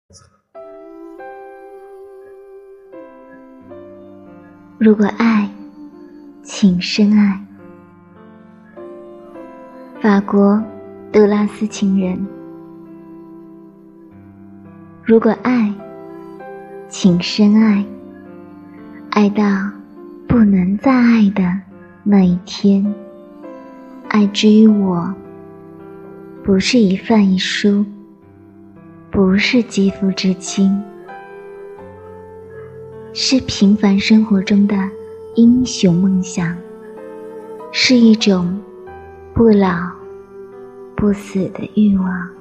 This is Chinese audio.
如果爱，请深爱。法国德拉斯情人。如果爱，请深爱，爱到不能再爱的那一天。爱之于我，不是一饭一书，不是肌肤之亲，是平凡生活中的英雄梦想，是一种不老不死的欲望。